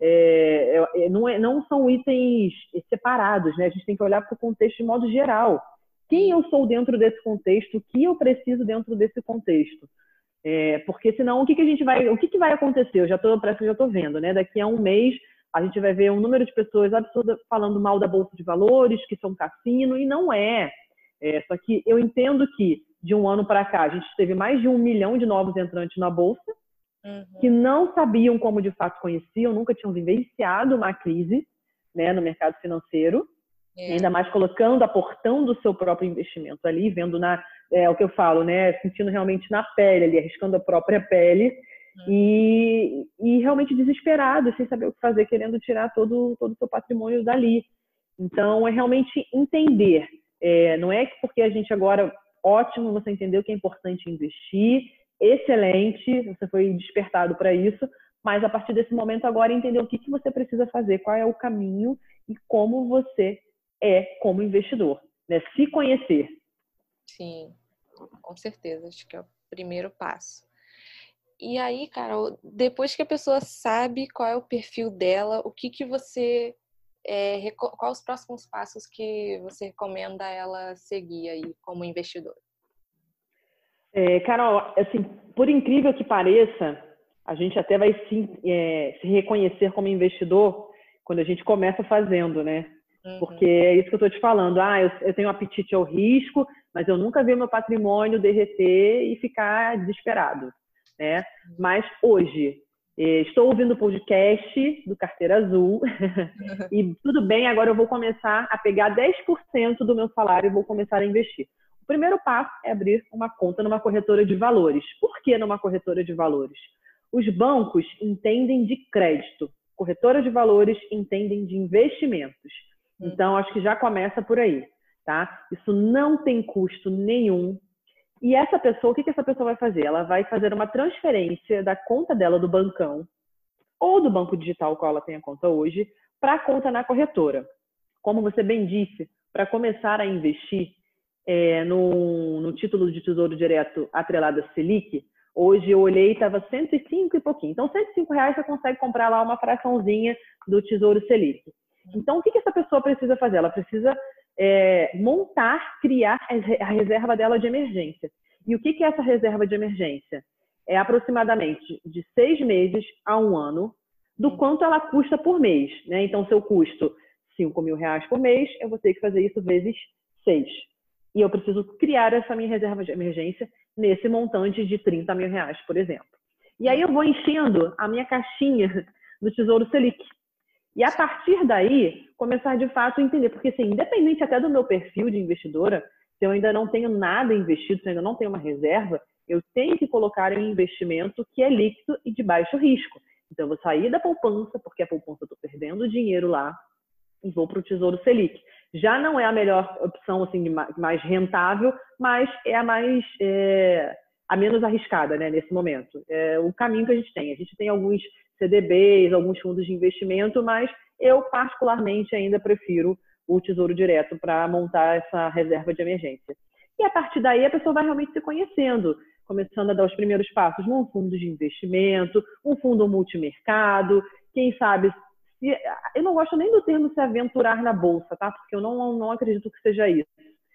S2: é, é, não, é, não são itens separados, né? A gente tem que olhar para o contexto de modo geral. Quem eu sou dentro desse contexto? O que eu preciso dentro desse contexto? É, porque senão o que, que a gente vai, o que, que vai acontecer? Eu já estou, parece que eu já estou vendo, né? Daqui a um mês a gente vai ver um número de pessoas absurdas falando mal da Bolsa de Valores, que são cassino, e não é. é. Só que eu entendo que, de um ano para cá, a gente teve mais de um milhão de novos entrantes na Bolsa, uhum. que não sabiam como de fato conheciam, nunca tinham vivenciado uma crise, né, no mercado financeiro, é. ainda mais colocando, aportando o seu próprio investimento ali, vendo na, é, o que eu falo, né, sentindo realmente na pele ali, arriscando a própria pele, uhum. e, e realmente desesperado, sem saber o que fazer, querendo tirar todo, todo o seu patrimônio dali. Então, é realmente entender, é, não é porque a gente agora, ótimo, você entendeu que é importante investir, excelente, você foi despertado para isso, mas a partir desse momento agora entender o que, que você precisa fazer, qual é o caminho e como você é como investidor, né? Se conhecer.
S1: Sim, com certeza, acho que é o primeiro passo. E aí, Carol, depois que a pessoa sabe qual é o perfil dela, o que que você, é, quais os próximos passos que você recomenda ela seguir aí como investidor?
S2: É, Carol, assim, por incrível que pareça, a gente até vai se, é, se reconhecer como investidor quando a gente começa fazendo, né? Uhum. Porque é isso que eu estou te falando. Ah, eu, eu tenho apetite ao risco, mas eu nunca vi meu patrimônio derreter e ficar desesperado, né? Uhum. Mas hoje, eh, estou ouvindo o podcast do Carteira Azul uhum. e tudo bem, agora eu vou começar a pegar dez por cento do meu salário e vou começar a investir. O primeiro passo é abrir uma conta numa corretora de valores. Por que numa corretora de valores? Os bancos entendem de crédito, corretoras de valores entendem de investimentos. Então, acho que já começa por aí, tá? Isso não tem custo nenhum. E essa pessoa, o que, que essa pessoa vai fazer? Ela vai fazer uma transferência da conta dela do bancão ou do banco digital, qual ela tem a conta hoje, para a conta na corretora. Como você bem disse, para começar a investir é, no, no título de Tesouro Direto atrelado a Selic, hoje eu olhei e estava cento e cinco e pouquinho. Então, cento e cinco reais você consegue comprar lá uma fraçãozinha do Tesouro Selic. Então, o que, que essa pessoa precisa fazer? Ela precisa é, montar, criar a reserva dela de emergência. E o que, que é essa reserva de emergência? É aproximadamente de seis meses a um ano do quanto ela custa por mês, né? Então, se eu custo cinco mil reais por mês, eu vou ter que fazer isso vezes seis. E eu preciso criar essa minha reserva de emergência nesse montante de trinta mil reais, por exemplo. E aí eu vou enchendo a minha caixinha do Tesouro Selic. E a partir daí, começar de fato a entender. Porque, assim, independente até do meu perfil de investidora, se eu ainda não tenho nada investido, se eu ainda não tenho uma reserva, eu tenho que colocar em investimento que é líquido e de baixo risco. Então, eu vou sair da poupança, porque a poupança eu estou perdendo dinheiro lá, e vou para o Tesouro Selic. Já não é a melhor opção, assim, de mais rentável, mas é a mais... É, a menos arriscada, né, nesse momento. É o caminho que a gente tem. A gente tem alguns C D Bs, alguns fundos de investimento, mas eu particularmente ainda prefiro o Tesouro Direto para montar essa reserva de emergência. E a partir daí a pessoa vai realmente se conhecendo, começando a dar os primeiros passos num fundo de investimento, um fundo multimercado, quem sabe... Se, eu não gosto nem do termo se aventurar na bolsa, tá? Porque eu não, não acredito que seja isso.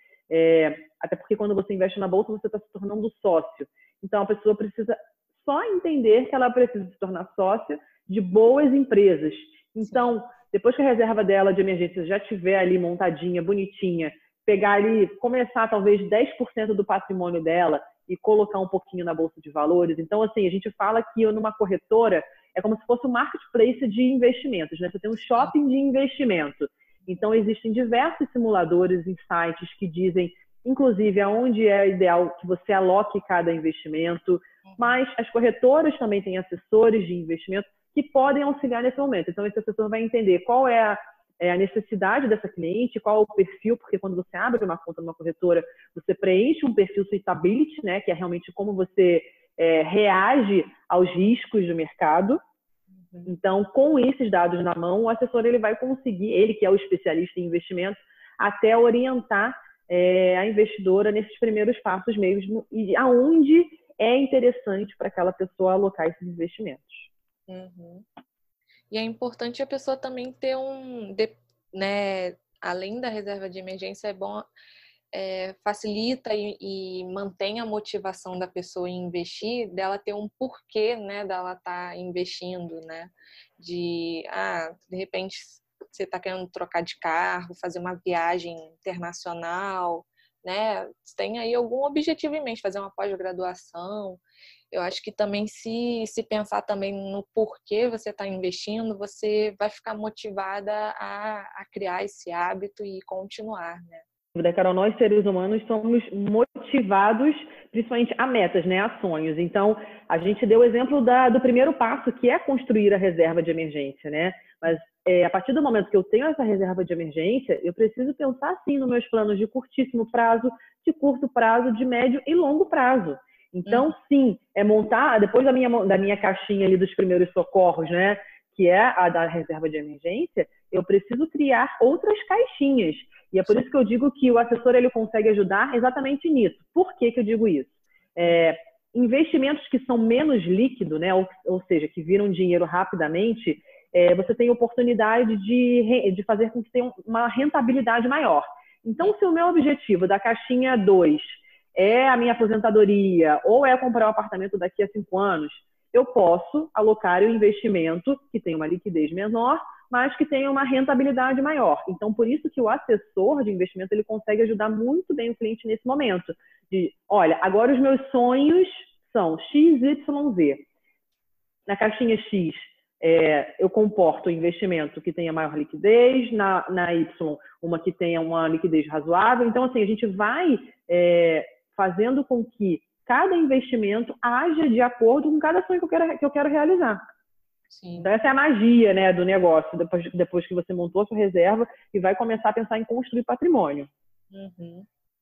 S2: É, até porque quando você investe na bolsa, você está se tornando sócio. Então, a pessoa precisa só entender que ela precisa se tornar sócia de boas empresas. Então, depois que a reserva dela de emergência já estiver ali montadinha, bonitinha, pegar ali, começar talvez dez por cento do patrimônio dela e colocar um pouquinho na bolsa de valores. Então, assim, a gente fala que numa corretora é como se fosse um marketplace de investimentos, né? Você tem um shopping de investimento. Então, existem diversos simuladores em sites que dizem, inclusive, aonde é ideal que você aloque cada investimento, mas as corretoras também têm assessores de investimento que podem auxiliar nesse momento. Então, esse assessor vai entender qual é a, é a necessidade dessa cliente, qual é o perfil, porque quando você abre uma conta numa corretora, você preenche um perfil suitability, né, que é realmente como você é, reage aos riscos do mercado. Então, com esses dados na mão, o assessor ele vai conseguir, ele que é o especialista em investimentos, até orientar é, a investidora nesses primeiros passos mesmo e aonde é interessante para aquela pessoa alocar esses investimentos.
S1: Uhum. E é importante a pessoa também ter um, né, além da reserva de emergência, é bom, é, facilita e, e mantém a motivação da pessoa em investir, dela ter um porquê, né, dela estar investindo, né? de, ah, de repente você está querendo trocar de carro, fazer uma viagem internacional, né? Você tem aí algum objetivo em mente, fazer uma pós-graduação. Eu acho que também se, se pensar também no porquê você está investindo, você vai ficar motivada a, a criar esse hábito e continuar, né?
S2: Carol, nós seres humanos somos motivados principalmente a metas, né, a sonhos. Então, a gente deu o exemplo da, do primeiro passo, que é construir a reserva de emergência, né? Mas é, a partir do momento que eu tenho essa reserva de emergência, eu preciso pensar, sim, nos meus planos de curtíssimo prazo, de curto prazo, de médio e longo prazo. Então, sim, é montar, depois da minha, da minha caixinha ali dos primeiros socorros, né, que é a da reserva de emergência, eu preciso criar outras caixinhas. E é por isso que eu digo que o assessor ele consegue ajudar exatamente nisso. Por que que eu digo isso? É, investimentos que são menos líquidos, né, ou, ou seja, que viram dinheiro rapidamente, é, você tem oportunidade de, de fazer com que tenha uma rentabilidade maior. Então, se o meu objetivo da caixinha dois é a minha aposentadoria ou é comprar um apartamento daqui a cinco anos, eu posso alocar o investimento que tem uma liquidez menor, mas que tenha uma rentabilidade maior. Então, por isso que o assessor de investimento ele consegue ajudar muito bem o cliente nesse momento. De, olha, agora os meus sonhos são X, Y, Z. Na caixinha X, é, eu comporto o investimento que tenha maior liquidez, na, na Y, uma que tenha uma liquidez razoável. Então, assim, a gente vai é, fazendo com que cada investimento haja de acordo com cada sonho que eu quero, que eu quero realizar. Sim. Então, essa é a magia, né, do negócio, depois, depois que você montou a sua reserva e vai começar a pensar em construir patrimônio.
S1: Uhum.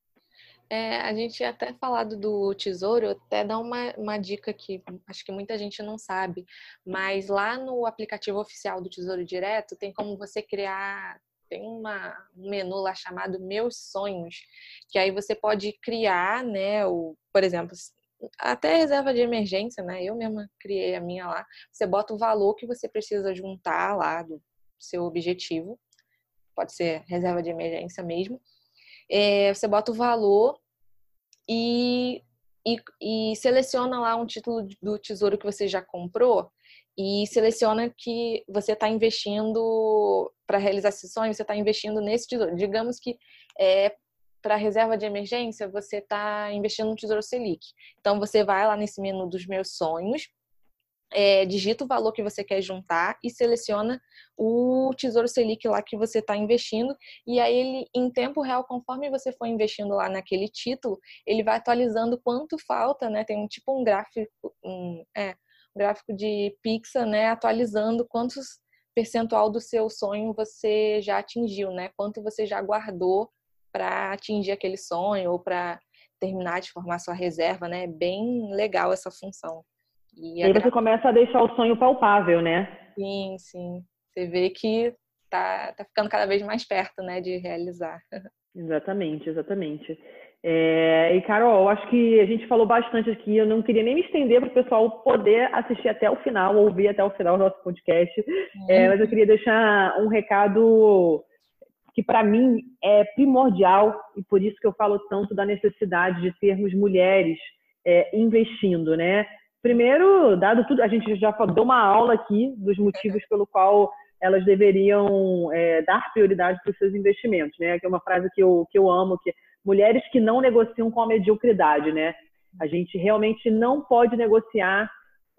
S1: É, a gente tinha até falado do Tesouro, até dar uma, uma dica que acho que muita gente não sabe, mas lá no aplicativo oficial do Tesouro Direto tem como você criar, tem uma, um menu lá chamado Meus Sonhos, que aí você pode criar, né, o, por exemplo, até reserva de emergência, né? Eu mesma criei a minha lá. Você bota o valor que você precisa juntar lá do seu objetivo. Pode ser reserva de emergência mesmo. É, você bota o valor e, e, e seleciona lá um título do tesouro que você já comprou e seleciona que você está investindo para realizar esse sonho, você está investindo nesse tesouro. Digamos que é para reserva de emergência, você está investindo no Tesouro Selic. Então, você vai lá nesse menu dos meus sonhos, é, digita o valor que você quer juntar e seleciona o Tesouro Selic lá que você está investindo. E aí, ele, em tempo real, conforme você for investindo lá naquele título, ele vai atualizando quanto falta, né? Tem um tipo um gráfico, um, é, um gráfico de pixel, né? Atualizando quantos percentual do seu sonho você já atingiu, né? Quanto você já guardou para atingir aquele sonho ou para terminar de formar sua reserva, né? É bem legal essa função.
S2: E, e aí você começa a deixar o sonho palpável, né?
S1: Sim, sim. Você vê que tá, tá ficando cada vez mais perto, né, de realizar.
S2: Exatamente, exatamente. É, e, Carol, acho que a gente falou bastante aqui, eu não queria nem me estender para o pessoal poder assistir até o final, ouvir até o final do nosso podcast, uhum. é, mas eu queria deixar um recado que para mim é primordial e por isso que eu falo tanto da necessidade de termos mulheres é, investindo, né? Primeiro, dado tudo, a gente já deu uma aula aqui dos motivos pelo qual elas deveriam é, dar prioridade para os seus investimentos, né? Que é uma frase que eu, que eu amo, que mulheres que não negociam com a mediocridade, né? A gente realmente não pode negociar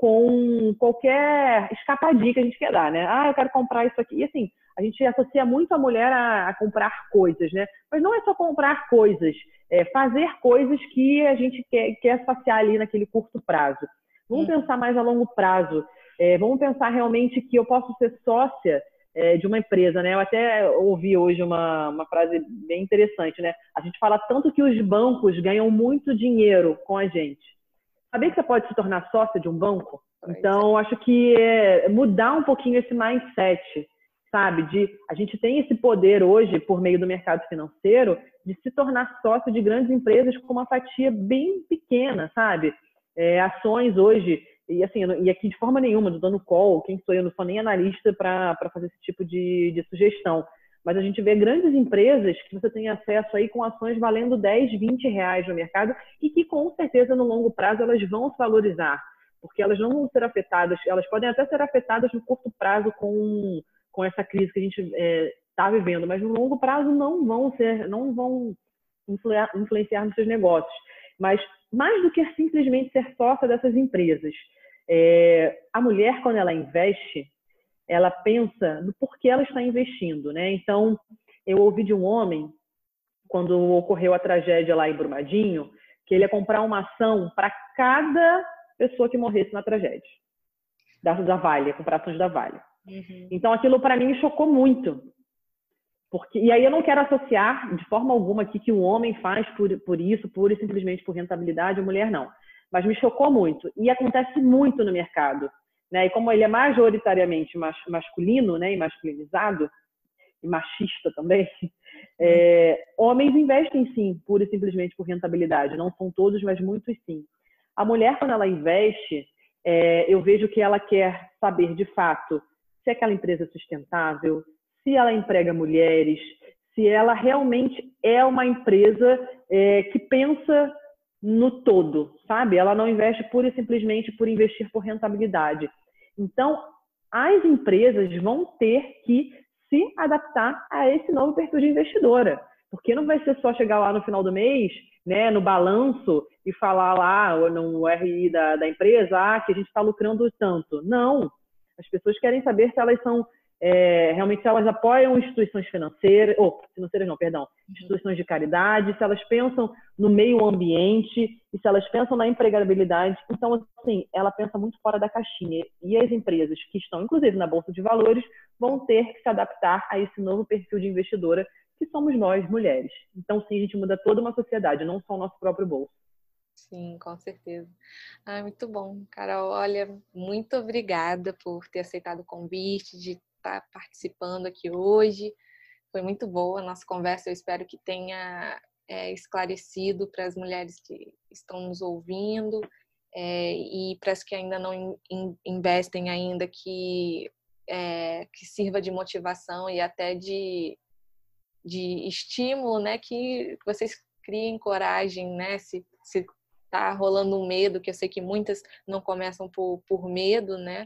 S2: com qualquer escapadinha que a gente quer dar, né? Ah, eu quero comprar isso aqui. E assim, a gente associa muito a mulher a, a comprar coisas, né? Mas não é só comprar coisas, é fazer coisas que a gente quer, quer saciar ali naquele curto prazo. Vamos hum. pensar mais a longo prazo. É, vamos pensar realmente que eu posso ser sócia é, de uma empresa, né? Eu até ouvi hoje uma, uma frase bem interessante, né? A gente fala tanto que os bancos ganham muito dinheiro com a gente. Sabia que você pode se tornar sócia de um banco? Então, acho que é mudar um pouquinho esse mindset, sabe? De, a gente tem esse poder hoje, por meio do mercado financeiro, de se tornar sócio de grandes empresas com uma fatia bem pequena, sabe? É, ações hoje, e assim, e aqui de forma nenhuma, do dando call, quem sou eu, não sou nem analista para fazer esse tipo de, de sugestão. Mas a gente vê grandes empresas que você tem acesso aí com ações valendo dez, vinte reais no mercado e que com certeza no longo prazo elas vão se valorizar. porque elas não vão ser afetadas, elas podem até ser afetadas no curto prazo com, com essa crise que a gente está é, vivendo, mas no longo prazo não vão ser, não vão influenciar nos seus negócios. Mas mais do que simplesmente ser sócia dessas empresas, é, a mulher, quando ela investe, ela pensa no porquê ela está investindo, né? Então, eu ouvi de um homem, quando ocorreu a tragédia lá em Brumadinho, que ele ia comprar uma ação para cada pessoa que morresse na tragédia, da, da Vale, comprar ações da Vale.
S1: Uhum.
S2: Então, aquilo para mim me chocou muito. Porque, e aí eu não quero associar de forma alguma aqui que o homem faz por, por isso, pura e simplesmente por rentabilidade, a mulher não. Mas me chocou muito. E acontece muito no mercado, né? E como ele é majoritariamente mas, masculino, né? E masculinizado, e machista também, é, homens investem sim, pura e simplesmente por rentabilidade. Não são todos, mas muitos sim. A mulher, quando ela investe, é, eu vejo que ela quer saber de fato se aquela empresa é sustentável, se ela emprega mulheres, se ela realmente é uma empresa é, que pensa no todo, sabe? Ela não investe pura e simplesmente por investir por rentabilidade. Então, as empresas vão ter que se adaptar a esse novo perfil de investidora, porque não vai ser só chegar lá no final do mês, né, no balanço e falar lá no R I da, da empresa ah, que a gente está lucrando tanto. Não, as pessoas querem saber se elas são É, realmente se elas apoiam instituições financeiras, ou financeiras não, perdão, instituições de caridade, se elas pensam no meio ambiente e se elas pensam na empregabilidade. Então, assim, ela pensa muito fora da caixinha. E as empresas que estão, inclusive, na Bolsa de Valores, vão ter que se adaptar a esse novo perfil de investidora que somos nós, mulheres. Então, sim, a gente muda toda uma sociedade, não só o nosso próprio bolso.
S1: Sim, com certeza. Ah, muito bom, Carol. Olha, muito obrigada por ter aceitado o convite, de estar participando aqui hoje. Foi muito boa a nossa conversa. Eu espero que tenha é, esclarecido para as mulheres que estão nos ouvindo é, e para as que ainda não in, in, investem ainda, que, é, que sirva de motivação e até de, de estímulo, né? Que vocês criem coragem, né? Se, se tá rolando um medo, que eu sei que muitas não começam por, por medo, né?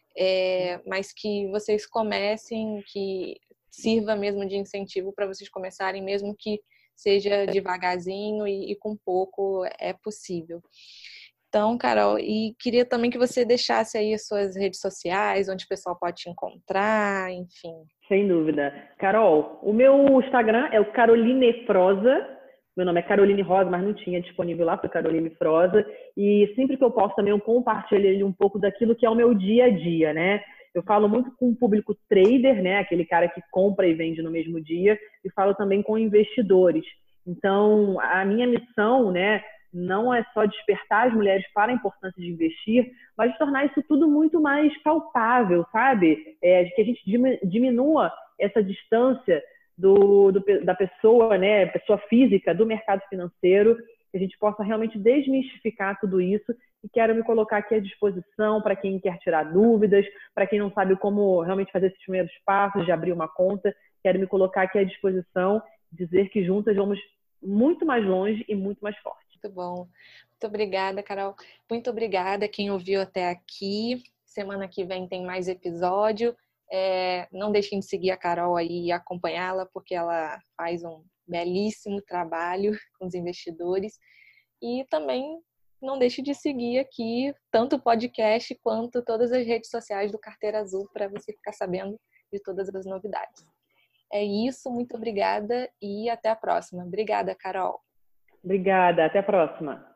S1: É, mas que vocês comecem, que sirva mesmo de incentivo para vocês começarem, mesmo que seja devagarzinho e, e com pouco é possível. Então, Carol, e queria também que você deixasse aí as suas redes sociais, onde o pessoal pode te encontrar, enfim.
S2: Sem dúvida. Carol, o meu Instagram é o Caroline Froza. Meu nome é Caroline Rosa, mas não tinha disponível lá, foi Caroline Froza. E sempre que eu posso também eu compartilho um pouco daquilo que é o meu dia a dia, né? Eu falo muito com o público trader, né? Aquele cara que compra e vende no mesmo dia. E falo também com investidores. Então, a minha missão, né? Não é só despertar as mulheres para a importância de investir, mas de tornar isso tudo muito mais palpável, sabe? É, que a gente diminua essa distância Do, do, da pessoa, né, pessoa física, do mercado financeiro, que a gente possa realmente desmistificar tudo isso. E quero me colocar aqui à disposição para quem quer tirar dúvidas, para quem não sabe como realmente fazer esses primeiros passos de abrir uma conta. Quero me colocar aqui à disposição, dizer que juntas vamos muito mais longe e muito mais forte.
S1: Muito bom. Muito obrigada, Carol. Muito obrigada quem ouviu até aqui. Semana que vem tem mais episódio. É, não deixem de seguir a Carol aí e acompanhá-la, porque ela faz um belíssimo trabalho com os investidores. E também não deixe de seguir aqui tanto o podcast quanto todas as redes sociais do Carteira Azul para você ficar sabendo de todas as novidades. É isso, muito obrigada e até a próxima. Obrigada, Carol.
S2: Obrigada, até a próxima.